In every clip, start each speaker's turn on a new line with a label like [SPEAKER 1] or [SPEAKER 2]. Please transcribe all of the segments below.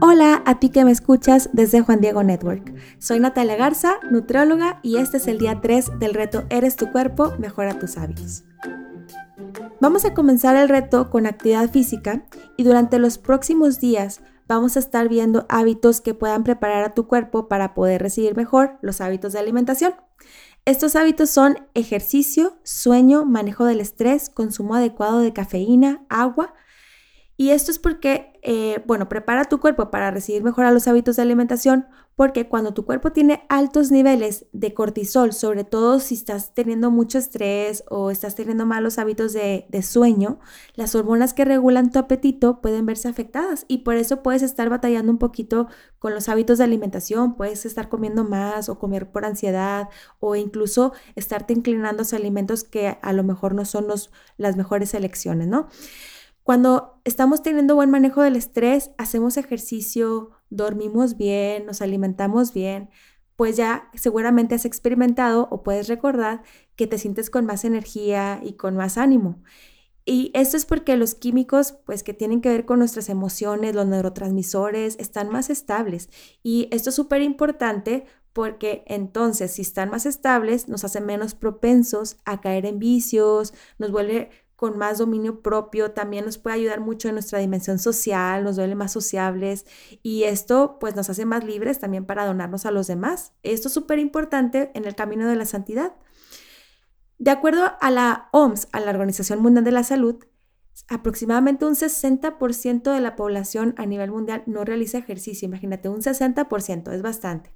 [SPEAKER 1] Hola a ti que me escuchas desde Juan Diego Network. Soy Natalia Garza, nutrióloga, y este es el día 3 del reto Eres tu cuerpo, mejora tus hábitos. Vamos a comenzar el reto con actividad física y durante los próximos días vamos a estar viendo hábitos que puedan preparar a tu cuerpo para poder recibir mejor los hábitos de alimentación. Estos hábitos son ejercicio, sueño, manejo del estrés, consumo adecuado de cafeína, agua. Y esto es porque, prepara tu cuerpo para recibir mejor a los hábitos de alimentación, porque cuando tu cuerpo tiene altos niveles de cortisol, sobre todo si estás teniendo mucho estrés o estás teniendo malos hábitos de sueño, las hormonas que regulan tu apetito pueden verse afectadas y por eso puedes estar batallando un poquito con los hábitos de alimentación, puedes estar comiendo más o comer por ansiedad o incluso estarte inclinando hacia alimentos que a lo mejor no son las mejores elecciones, ¿no? Cuando estamos teniendo buen manejo del estrés, hacemos ejercicio, dormimos bien, nos alimentamos bien, pues ya seguramente has experimentado o puedes recordar que te sientes con más energía y con más ánimo. Y esto es porque los químicos, pues que tienen que ver con nuestras emociones, los neurotransmisores, están más estables. Y esto es súper importante porque entonces si están más estables nos hace menos propensos a caer en vicios, nos vuelve con más dominio propio, también nos puede ayudar mucho en nuestra dimensión social, nos vuelve más sociables y esto pues nos hace más libres también para donarnos a los demás. Esto es súper importante en el camino de la santidad. De acuerdo a la OMS, a la Organización Mundial de la Salud, aproximadamente un 60% de la población a nivel mundial no realiza ejercicio. Imagínate, un 60%, es bastante.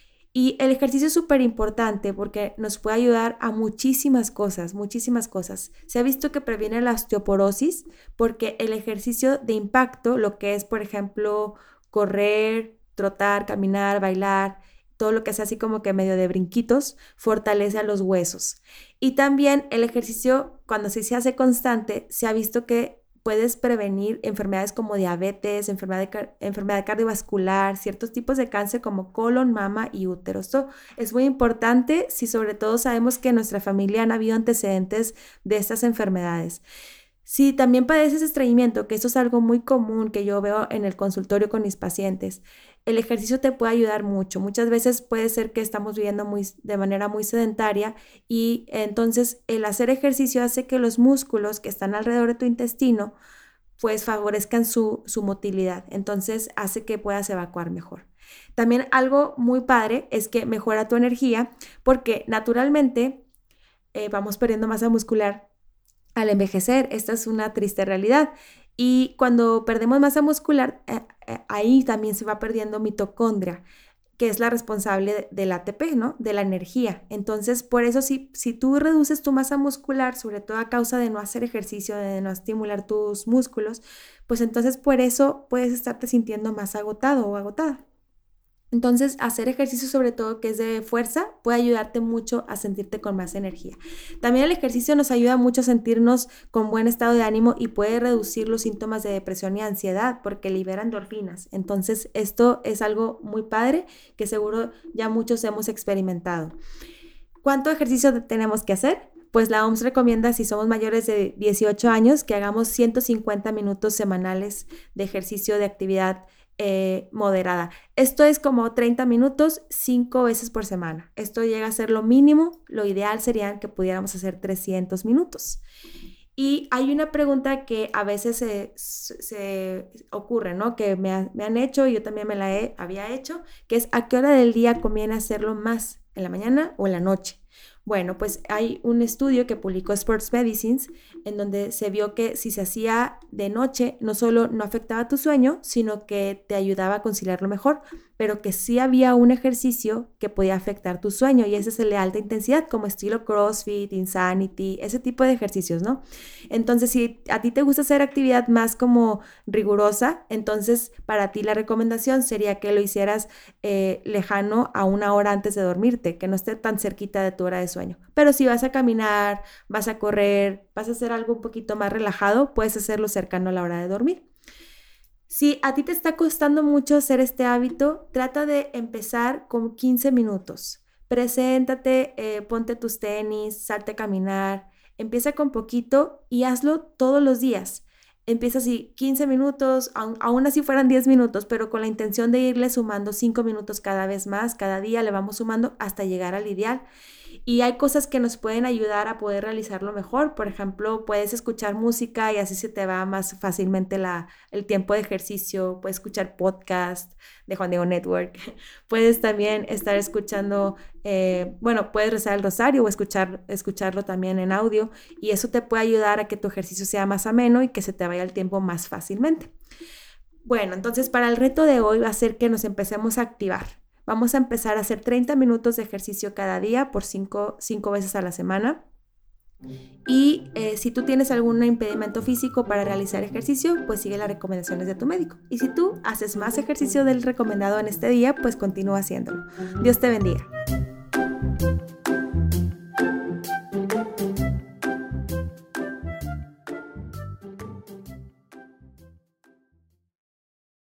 [SPEAKER 1] Y el ejercicio es súper importante porque nos puede ayudar a muchísimas cosas, muchísimas cosas. Se ha visto que previene la osteoporosis porque el ejercicio de impacto, lo que es, por ejemplo, correr, trotar, caminar, bailar, todo lo que sea así como que medio de brinquitos, fortalece a los huesos. Y también el ejercicio, cuando se hace constante, se ha visto que puedes prevenir enfermedades como diabetes, enfermedad cardiovascular, ciertos tipos de cáncer como colon, mama y útero. Esto es muy importante si sobre todo sabemos que en nuestra familia han habido antecedentes de estas enfermedades. Si también padeces estreñimiento, que esto es algo muy común que yo veo en el consultorio con mis pacientes, el ejercicio te puede ayudar mucho. Muchas veces puede ser que estamos viviendo de manera muy sedentaria y entonces el hacer ejercicio hace que los músculos que están alrededor de tu intestino pues favorezcan su motilidad. Entonces hace que puedas evacuar mejor. También algo muy padre es que mejora tu energía porque naturalmente vamos perdiendo masa muscular al envejecer. Esta es una triste realidad. Y cuando perdemos masa muscular, ahí también se va perdiendo mitocondria, que es la responsable del ATP, ¿no? De la energía. Entonces, por eso si tú reduces tu masa muscular, sobre todo a causa de no hacer ejercicio, de no estimular tus músculos, pues entonces por eso puedes estarte sintiendo más agotado o agotada. Entonces, hacer ejercicio, sobre todo que es de fuerza, puede ayudarte mucho a sentirte con más energía. También el ejercicio nos ayuda mucho a sentirnos con buen estado de ánimo y puede reducir los síntomas de depresión y ansiedad porque libera endorfinas. Entonces, esto es algo muy padre que seguro ya muchos hemos experimentado. ¿Cuánto ejercicio tenemos que hacer? Pues la OMS recomienda, si somos mayores de 18 años, que hagamos 150 minutos semanales de ejercicio de actividad moderada. Esto es como 30 minutos 5 veces por semana. Esto llega a ser lo mínimo. Lo ideal sería que pudiéramos hacer 300 minutos. Y hay una pregunta que a veces se ocurre, ¿no? Que me han hecho y yo también había hecho, que es ¿a qué hora del día conviene hacerlo más? ¿En la mañana o en la noche? Bueno, pues hay un estudio que publicó Sports Medicines en donde se vio que si se hacía de noche, no solo no afectaba tu sueño, sino que te ayudaba a conciliarlo mejor, pero que sí había un ejercicio que podía afectar tu sueño y ese es el de alta intensidad, como estilo CrossFit, Insanity, ese tipo de ejercicios, ¿no? Entonces, si a ti te gusta hacer actividad más como rigurosa, entonces para ti la recomendación sería que lo hicieras lejano a una hora antes de dormirte, que no esté tan cerquita de tu hora de sueño. Pero si vas a caminar, vas a correr, vas a hacer algo un poquito más relajado, puedes hacerlo cercano a la hora de dormir. Si a ti te está costando mucho hacer este hábito, trata de empezar con 15 minutos. Preséntate, ponte tus tenis, salte a caminar, empieza con poquito y hazlo todos los días. empieza así 15 minutos, aún así fueran 10 minutos, pero con la intención de irle sumando 5 minutos cada vez más, cada día le vamos sumando hasta llegar al ideal. Y hay cosas que nos pueden ayudar a poder realizarlo mejor. Por ejemplo, puedes escuchar música y así se te va más fácilmente el tiempo de ejercicio. Puedes escuchar podcast de Juan Diego Network. Puedes también estar escuchando, puedes rezar el rosario o escucharlo también en audio. Y eso te puede ayudar a que tu ejercicio sea más ameno y que se te vaya el tiempo más fácilmente. Bueno, entonces para el reto de hoy va a ser que nos empecemos a activar. Vamos a empezar a hacer 30 minutos de ejercicio cada día por 5 veces a la semana. Y si tú tienes algún impedimento físico para realizar ejercicio, pues sigue las recomendaciones de tu médico. Y si tú haces más ejercicio del recomendado en este día, pues continúa haciéndolo. Dios te bendiga.